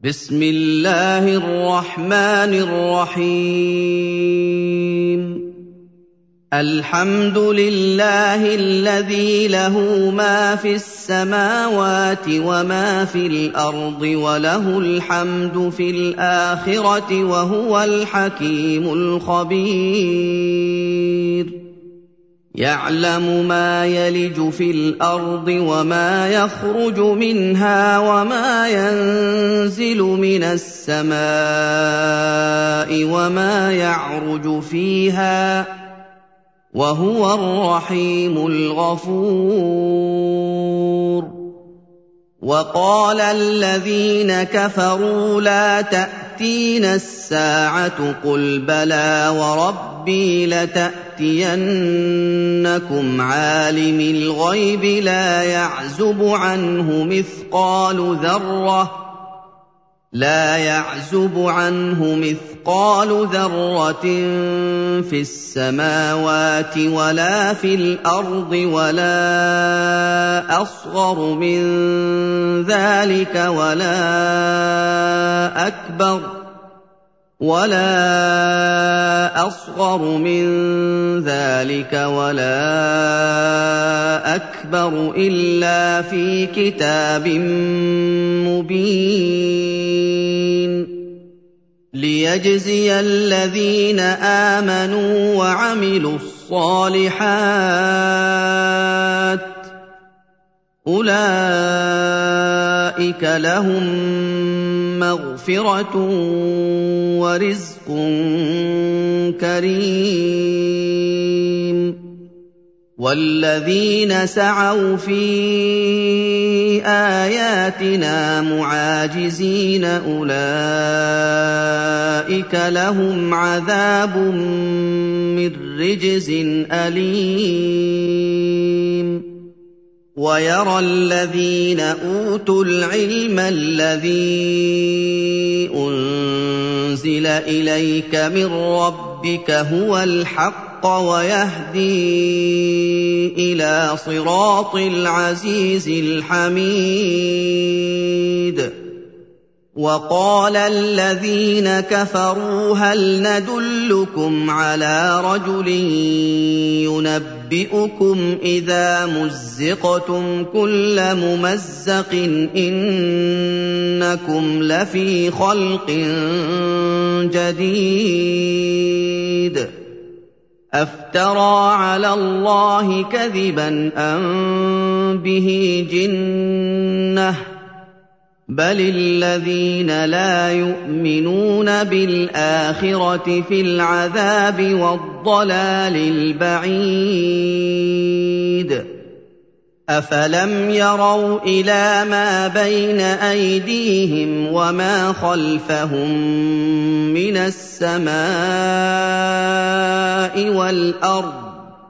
بسم الله الرحمن الرحيم الحمد لله الذي له ما في السماوات وما في الأرض وله الحمد في الآخرة وهو الحكيم الخبير يعلم ما يلج في الأرض وما يخرج منها وما ينزل من السماء وما يعرج فيها وهو الرحيم الغفور وقال الذين كفروا لا تأتينا الساعة قل بلى وربي لتأتينكم عالم الغيب لا يعزب عنه مثقال ذرة في السماوات ولا في الأرض ولا أصغر من ذلك ولا أكبر إلا في كتاب مبين ليجزي الذين آمنوا وعملوا الصالحات أولئك لهم مغفرة ورزق كريم والذين سعوا في آياتنا معاجزين أولئك لهم عذاب من رجز أليم ويرى الذين أوتوا العلم الذي أنزل إليك من ربك هو الحق ويهدي إلى صراط العزيز الحميد وقال الذين كفروا هل ندلكم على رجل ينبئكم إذا مزقتم كل ممزق إنكم لفي خلق جديد أفترى على الله كذبا أم به جنة بل الذين لا يؤمنون بالآخرة في العذاب والضلال البعيد أفلم يروا إلى ما بين أيديهم وما خلفهم من السماء والأرض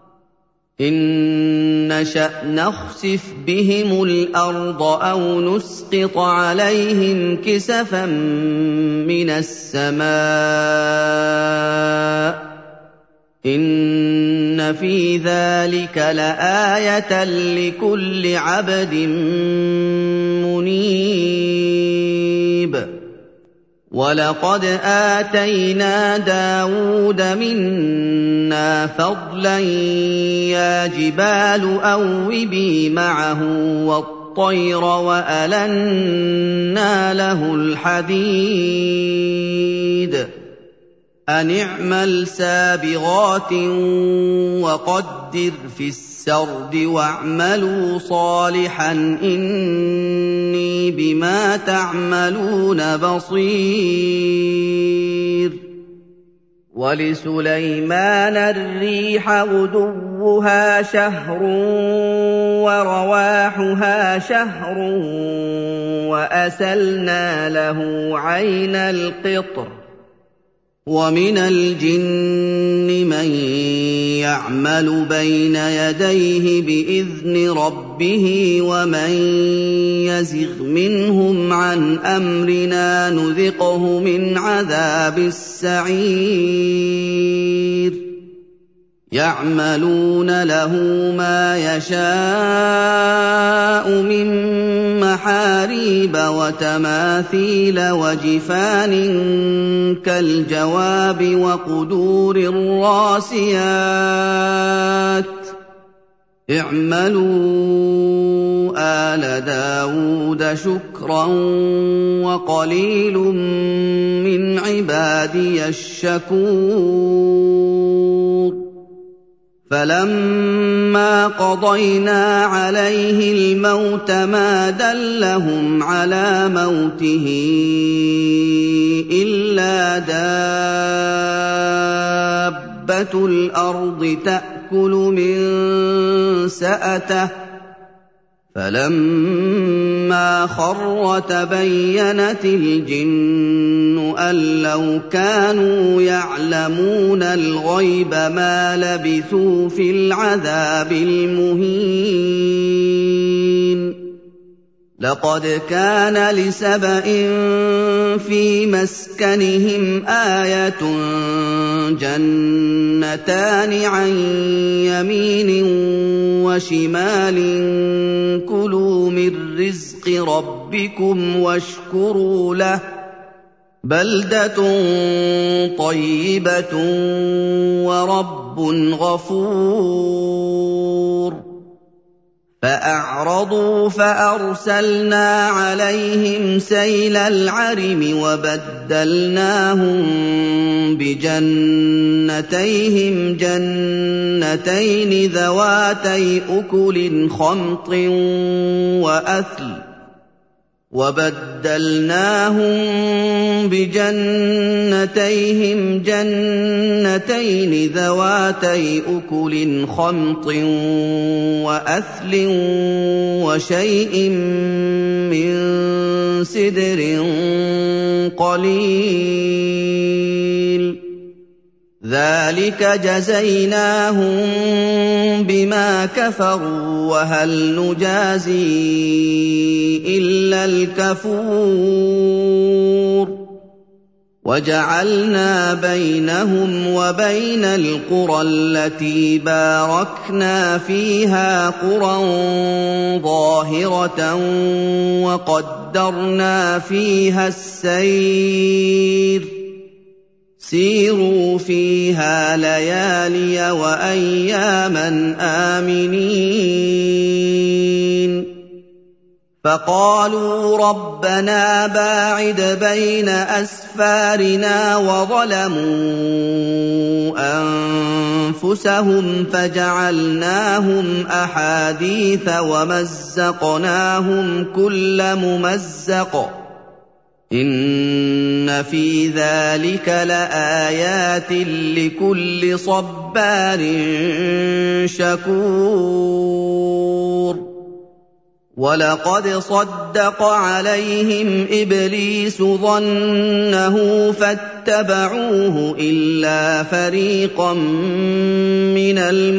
إن نشأ نخسف بهم الأرض أو نسقط عليهم كسفا من السماء إن في ذلك لآية لكل عبد منيب ولقد آتينا داود منا فضلا يا جبال أوبي معه والطير وألنا له الحديد أن اعمل سابغات وقدر في السرد واعملوا صالحا إني بما تعملون بصير ولسليمان الريح غدوها شهر ورواحها شهر وأسلنا له عين القطر ومن الجن من يعمل بين يديه بإذن ربه ومن يزغ منهم عن أمرنا نذقه من عذاب السعير يَعْمَلُونَ لَهُ مَا يَشَاءُ مِن مَّحَارِيبَ وَتَمَاثِيلَ وَجِفَانٍ كَالْجَوَابِ وَقُدُورٍ رَّاسِيَاتٍ ۚ اعْمَلُوا آلَ دَاوُودَ شُكْرًا وَقَلِيلٌ مِّنْ عِبَادِيَ الشَّكُورُ فَلَمَّا قَضَيْنَا عَلَيْهِ الْمَوْتَ مَا دَلَّهُمْ عَلَىٰ مَوْتِهِ إِلَّا دَابَّةُ الْأَرْضِ تَأْكُلُ مِن سَأَتَهُ ۖ فَلَمَّا خَرَّ تَبَيَّنَتِ الْجِنُّ أَن لَّوْ كَانُوا يَعْلَمُونَ الْغَيْبَ مَا لَبِثُوا فِي الْعَذَابِ الْمُهِينِ لَقَدْ كَانَ لِسَبَإٍ فِي مَسْكَنِهِمْ آيَةٌ جَنَّتَانِ عَن يَمِينٍ وَشِمَالٍ كُلُوا مِن رِّزْقِ رَبِّكُمْ وَاشْكُرُوا لَهُ ۚ بَلْدَةٌ طَيِّبَةٌ وَرَبٌّ غَفُورٌ فَأَعْرَضُوا فَأَرْسَلْنَا عَلَيْهِمْ سَيْلَ الْعَرِمِ وَبَدَّلْنَاهُم بِجَنَّتَيْهِمْ جَنَّتَيْنِ ذَوَاتَيْ أُكُلٍ خَمْطٍ وَأَثْلٍ وَشَيْءٍ مِّن سِدْرٍ قَلِيلٍ ذَٰلِكَ جَزَيْنَاهُم بِمَا كَفَرُوا ۖ وَهَلْ نُجَازِي إِلَّا الْكَفُورَ وَجَعَلْنَا بَيْنَهُمْ وَبَيْنَ الْقُرَى الَّتِي بَارَكْنَا فِيهَا قُرًى ظَاهِرَةً وَقَدَّرْنَا فِيهَا السَّيْرَ ۖ سِيرُوا فِيهَا لَيَالِيَ وَأَيَّامًا آمِنِينَ فَقَالُوا رَبَّنَا بَاعِدْ بَيْنَ أَسْفَارِنَا وَظَلَمُوا أَنفُسَهُمْ فَجَعَلْنَاهُمْ أَحَادِيثَ وَمَزَّقْنَاهُمْ كُلَّ مُمَزَّقٍ ۚ إِنَّ فِي ذَٰلِكَ لَآيَاتٍ لِّكُلِّ صَبَّارٍ شَكُورٍ وَلَقَدْ صَدَّقَ عَلَيْهِمْ إِبْلِيسُ ظَنَّهُ فَاتَّبَعُوهُ إِلَّا فَرِيقًا مِّنَ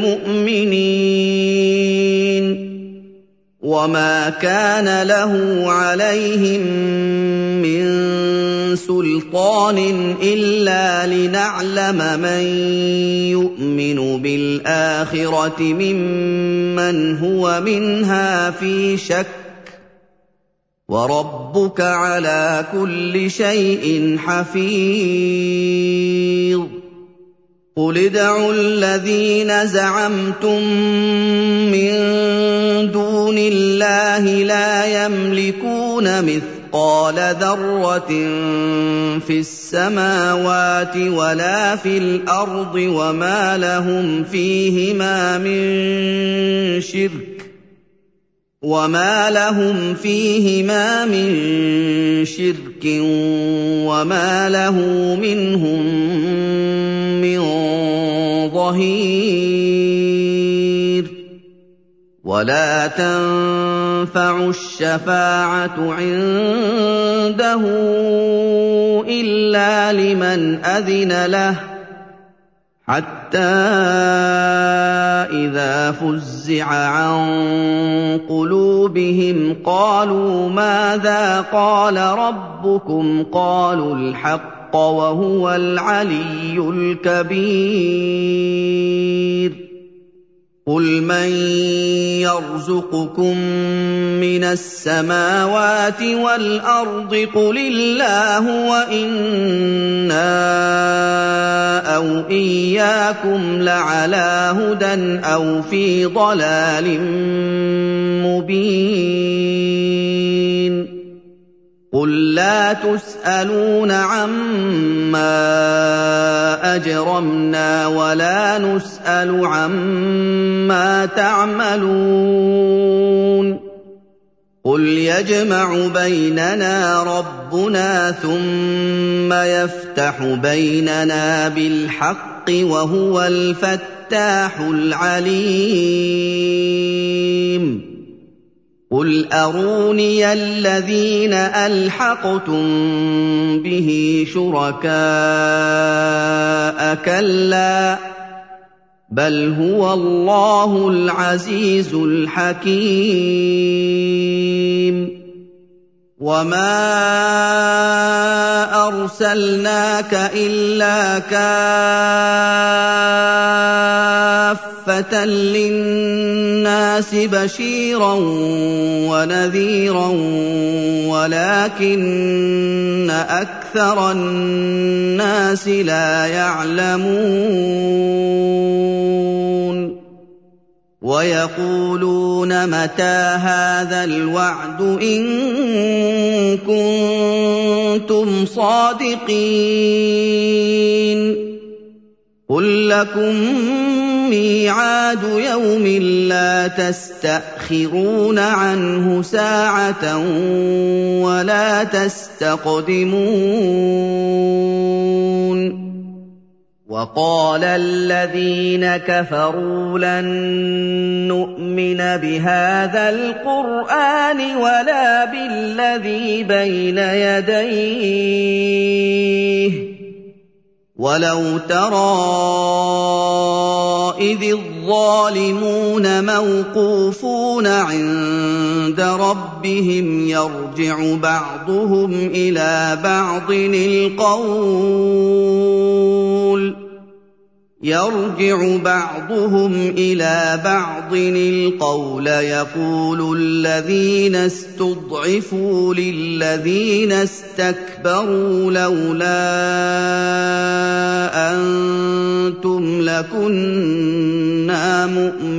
الْمُؤْمِنِينَ وَمَا كَانَ لَهُ عَلَيْهِم مِّن سُلْطَانٍ إِلَّا لِنَعْلَمَ مَن يُؤْمِنُ بِالْآخِرَةِ مِمَّنْ هُوَ مِنْهَا فِي شَكٍّ ۗ وَرَبُّكَ عَلَىٰ كُلِّ شَيْءٍ حَفِيظٌ قُلِ ادْعُوا الَّذِينَ زَعَمْتُم مِّن دُونِ اللَّهِ لَا يَمْلِكُونَ مِثْقَالَ ذَرَّةٍ فِي السَّمَاوَاتِ وَلَا فِي الْأَرْضِ وَمَا لَهُمْ فِيهِمَا مِن شِرْكٍ وَمَا لَهُ مِنْهُم مِّن ظَهِيرٍ وَلَا تَنفَعُ الشَّفَاعَةُ عِندَهُ إِلَّا لِمَنْ أَذِنَ لَهُ حَتَّىٰ إِذَا فُزِّعَ عَن قُلُوبِهِمْ قَالُوا مَاذَا قَالَ رَبُّكُمْ ۖ قَالُوا الْحَقَّ وهو العلي الكبير قل من يرزقكم من السماوات والأرض قل الله وإنا أو إياكم لعلى هدى أو في ضلال مبين قل لا تسألون عما أجرمنا ولا نسأل عما تعملون قل يجمع بيننا ربنا ثم يفتح بيننا بالحق وهو الفتاح العليم قل أروني الذين ألحقتم به شركاء كلا بل هو الله العزيز الحكيم وما أرسلناك إلا كافة للناس بشيرا ونذيرا ولكن أكثر الناس لا يعلمون ويقولون متى هذا الوعد إن كنتم صادقين قل لكم ميعاد يوم لا تستأخرون عنه ساعة ولا تستقدمون وقال الذين كفروا لن نؤمن بهذا القرآن ولا بالذي بين يديه ولو ترى إذ الظالمون موقوفون عند ربهم يرجع بعضهم إلى بعض القول يقول الذين استضعفوا للذين استكبروا لولا أنتم لكنا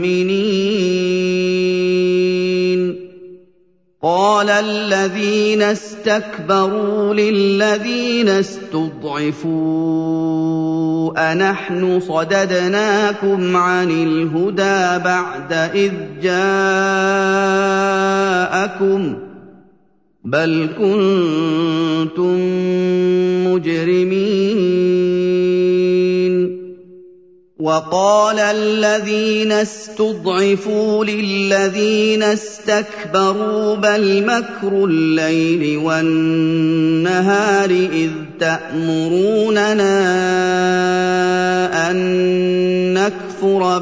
مؤمنين قال الذين استكبروا للذين استضعفوا أنحن صددناكم عن الهدى بعد إذ جاءكم بل كنتم مجرمين وقال الذين استضعفوا للذين استكبروا بل مكر الليل والنهار إذ تأمروننا أن نكفر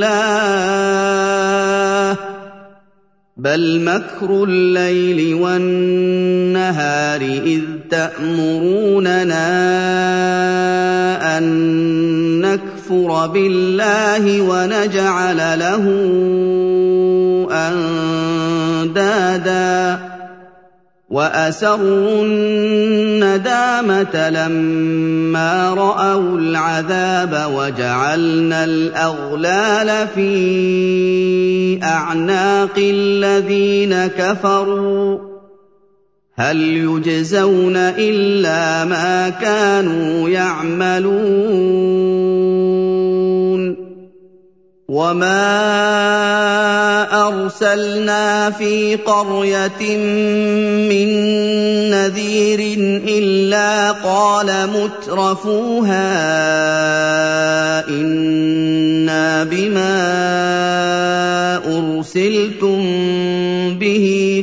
بالله بل مكر الليل والنهار إذ تأمروننا أن نكفر بالله ونجعل له أندادا وأسروا الندامة لما رأوا العذاب وجعلنا الأغلال في أعناق الذين كفروا هل يجزون إلا ما كانوا يعملون وما أرسلنا في قرية من نذير إلا قال مترفوها إنا بما أرسلتم به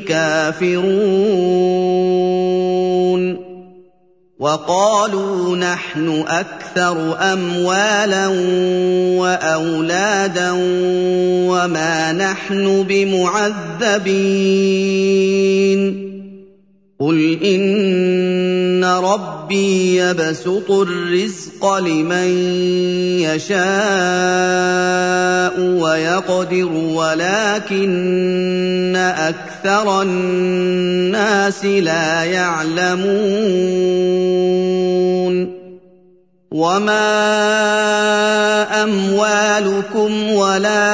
كافرون وقالوا نحن أكثر أموالا وأولادا وما نحن بمعذبين قل إن رَبِّي يَبْسُطُ الرِّزْقَ لِمَن يَشَاءُ وَيَقْدِرُ وَلَٰكِنَّ أَكْثَرَ النَّاسِ لَا يَعْلَمُونَ وَمَا أَمْوَالُكُمْ وَلَا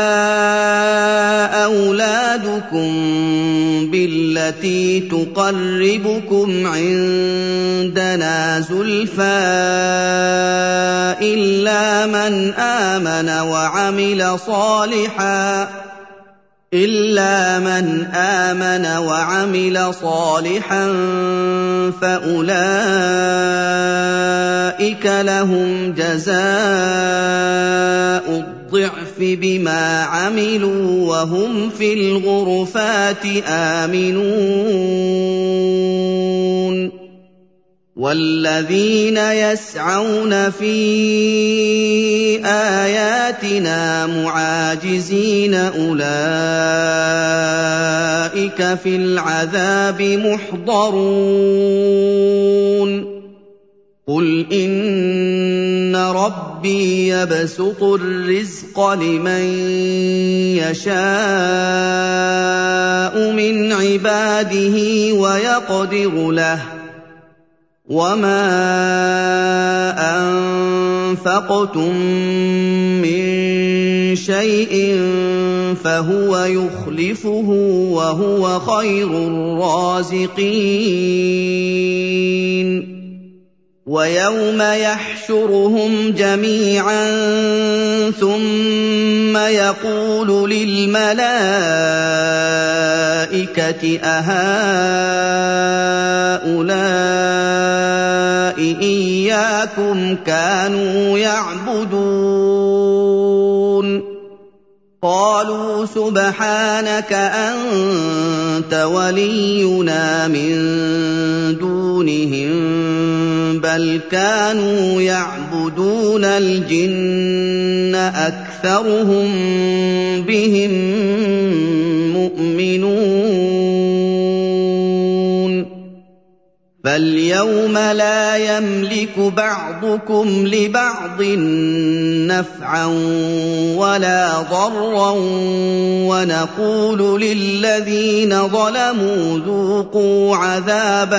أَوْلَادُكُم بِالَّتِي تُقَرِّبُكُمْ عِندَنَا زُلْفَىٰ إِلَّا مَنْ آمَنَ وَعَمِلَ صَالِحًا فَأُولَٰئِكَ لَهُمْ جَزَاءُ الضِّعْفِ بِمَا عَمِلُوا وَهُمْ فِي الْغُرُفَاتِ آمِنُونَ وَالَّذِينَ يَسْعَوْنَ فِي آيَاتِنَا مُعَاجِزِينَ أُولَٰئِكَ فِي الْعَذَابِ مُحْضَرُونَ قُلْ إِنَّ رَبِّي يَبْسُطُ الرِّزْقَ لِمَن يَشَاءُ مِنْ عِبَادِهِ وَيَقْدِرُ لَهُ وَمَا أَنفَقْتُم مِّن شَيْءٍ فَهُوَ يُخْلِفُهُ وَهُوَ خَيْرُ الرَّازِقِينَ وَيَوْمَ يَحْشُرُهُمْ جَمِيعًا ثُمَّ يَقُولُ لِلْمَلَائِكَةِ أَهَٰؤُلَاءِ إِيَّاكُمْ كَانُوا يَعْبُدُونَ قَالُوا سُبْحَانَكَ أَنتَ وَلِيُّنَا مِن دُونِهِم بَلْ كَانُوا يَعْبُدُونَ الْجِنَّ أَكْثَرُهُم بِهِم مُّؤْمِنُونَ فَالْيَوْمَ لَا يَمْلِكُ بَعْضُكُمْ لِبَعْضٍ نَّفْعًا وَلَا ضَرًّا ونقول للذين ظلموا ذوقوا عذاب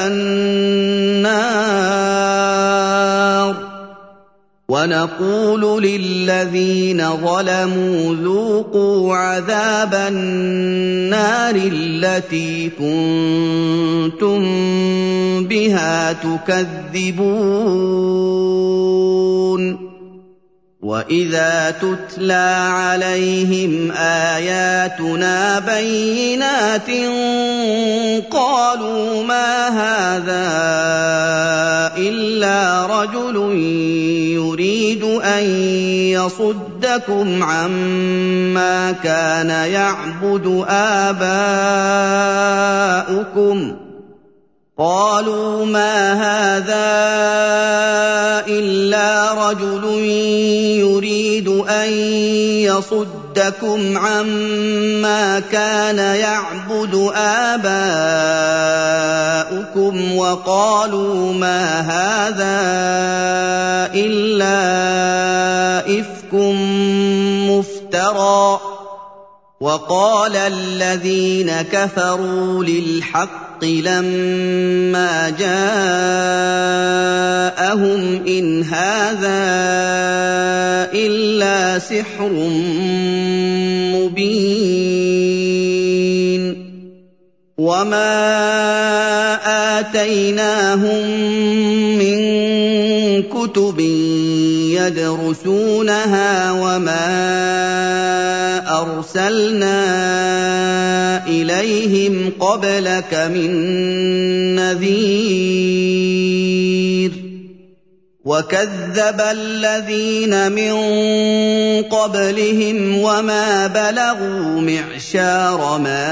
النَّارِ الَّتِي كُنتُم بِهَا تُكَذِّبُونَ وَإِذَا تُتْلَىٰ عَلَيْهِمْ آيَاتُنَا بَيِّنَاتٍ قَالُوا مَا هَٰذَا إِلَّا رَجُلٌ يُرِيدُ أَن يَصُدَّكُمْ عَمَّا كَانَ يَعْبُدُ آبَاؤُكُمْ قَالُوا مَا هَٰذَا إِلَّا رَجُلٌ يُرِيدُ أَن يَصُدَّكُمْ عَمَّا كَانَ يَعْبُدُ آبَاؤُكُمْ وَقَالُوا مَا هَٰذَا إِلَّا إِفْكٌ مُّفْتَرًى وَقَالَ الَّذِينَ كَفَرُوا لِلْحَقِّ لَمَّا جَاءَهُمْ إِنْ هَٰذَا إِلَّا سِحْرٌ مُّبِينٌ وَمَا آتَيْنَاهُم مِّن كُتُبٍ يَدْرُسُونَهَا وَمَا أَرْسَلْنَا إِلَيْهِمْ قَبْلَكَ مِن نَّذِيرٍ وَكَذَّبَ الَّذِينَ مِن قَبْلِهِمْ وَمَا بَلَغُوا مِعْشَارَ مَا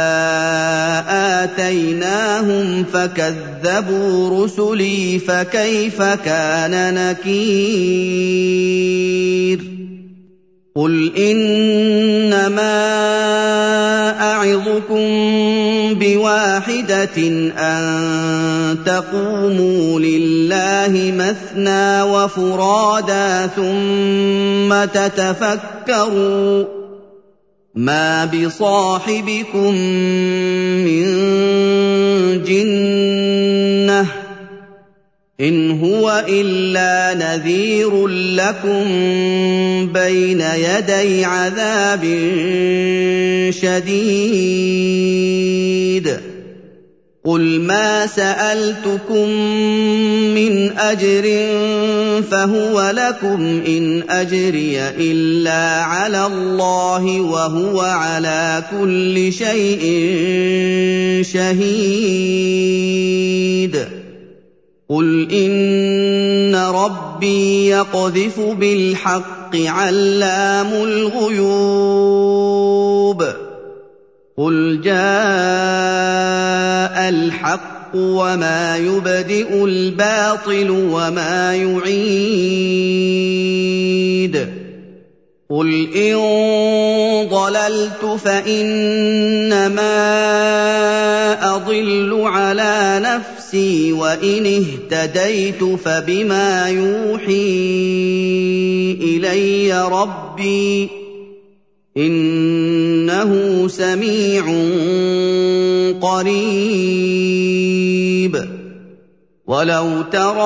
آتَيْنَاهُمْ فَكَذَّبُوا رُسُلِي فَكَيْفَ كَانَ نَكِيرِ قُلْ إِنَّمَا أَعِظُكُم بِوَاحِدَةٍ أَن تَقُومُوا لِلَّهِ مَثْنَىٰ وَفُرَادَىٰ ثُمَّ تَتَفَكَّرُوا ۚ مَا بِصَاحِبِكُم مِّن جِنَّةٍ ۚ إِنْ هُوَ إِلَّا نَذِيرٌ لَّكُم بَيْنَ يَدَيْ عَذَابٍ شَدِيدٍ. قُلْ مَا سَأَلْتُكُم مِّنْ أَجْرٍ فَهُوَ لَكُمْ ۖ إِنْ أَجْرِيَ إِلَّا عَلَى اللَّهِ ۖ وَهُوَ عَلَىٰ كُلِّ شَيْءٍ شَهِيدٌ. قُلْ إِنَّ رَبِّي يَقْذِفُ بِالْحَقِّ عَلَّامُ الْغُيُوبِ. قُلْ جَاءَ الْحَقُّ وَمَا يُبْدِئُ الْبَاطِلُ وَمَا يُعِيدُ. قُلْ إِن ضَلَلْتُ فَإِنَّمَا أَضِلُّ عَلَىٰ نَفْسِي ۖ وَإِنِ اهْتَدَيْتُ فَبِمَا يُوحِي إِلَيَّ رَبِّي ۚ إِنَّهُ سَمِيعٌ قَرِيبٌ. وَلَوْ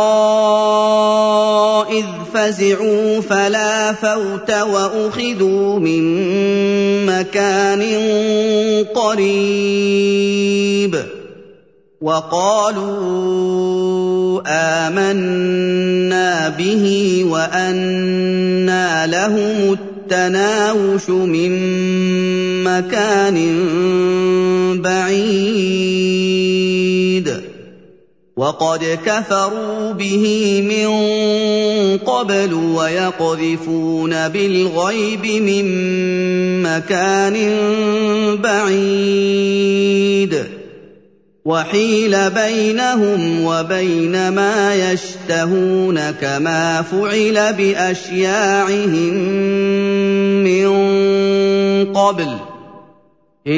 تَرَىٰ إِذْ فَزِعُوا فَلَا فَوْتَ وَأُخِذُوا مِن مَّكَانٍ قَرِيبٍ وَقَالُوا آمَنَّا بِهِ وَأَنَّىٰ لَهُمُ التَّنَاوُشُ مِن مَّكَانٍ بَعِيدٍ وَقَدْ كَفَرُوا بِهِ مِن قَبْلُ وَيَقْذِفُونَ بِالْغَيْبِ مِن مَّكَانٍ بَعِيدٍ وَحِيلَ بَيْنَهُمْ وَبَيْنَ مَا يَشْتَهُونَ كَمَا فُعِلَ بِأَشْيَاعِهِم مِّن قَبْلُ ۚ إِنَّهُمْ كَانُوا فِي شَكٍّ مِّنْهُ مُرِيبٍ.